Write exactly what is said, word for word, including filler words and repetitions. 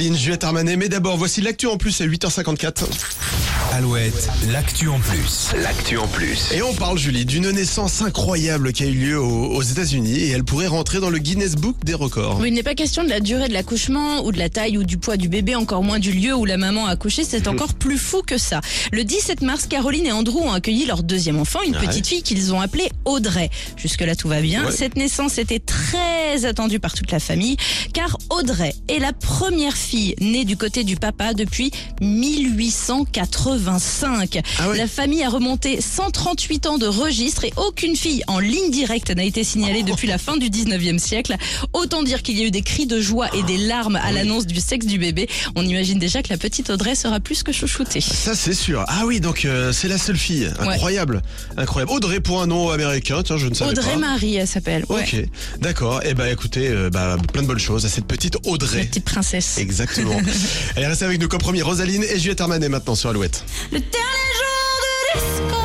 Rosaline, Juliette Armanet. Mais d'abord, voici l'actu en plus à huit heures cinquante-quatre. Alouette, l'actu en plus. L'actu en plus. Et on parle, Julie, d'une naissance incroyable qui a eu lieu aux, aux États-Unis et elle pourrait rentrer dans le Guinness Book des records. Oui, il n'est pas question de la durée de l'accouchement ou de la taille ou du poids du bébé, encore moins du lieu où la maman a accouché. C'est encore plus fou que ça. Le dix-sept mars, Caroline et Andrew ont accueilli leur deuxième enfant, une Ouais. petite fille qu'ils ont appelée Audrey. Jusque-là, tout va bien. Ouais. Cette naissance était très attendue par toute la famille, car Audrey est la première fille née du côté du papa depuis mille huit cent quatre-vingt-cinq. Ah ouais. La famille a remonté cent trente-huit ans de registre et aucune fille en ligne directe n'a été signalée depuis la fin du dix-neuvième siècle. Autant dire qu'il y a eu des cris de joie et des larmes à l'annonce du sexe du bébé. On imagine déjà que la petite Audrey sera plus que chouchoutée. Ça, c'est sûr. Ah oui, donc euh, c'est la seule fille. Incroyable. Incroyable. Audrey pour un nom américain, tiens, je ne savais pas. Audrey Marie, elle s'appelle. Ouais. Ok, d'accord. Eh ben écoutez, euh, bah, plein de bonnes choses à cette petite La Audrey. petite princesse. Exactement. Allez, restez avec nous comme promis. Rosaline et Juliette Armanet maintenant sur Alouette. Le dernier jour de disco.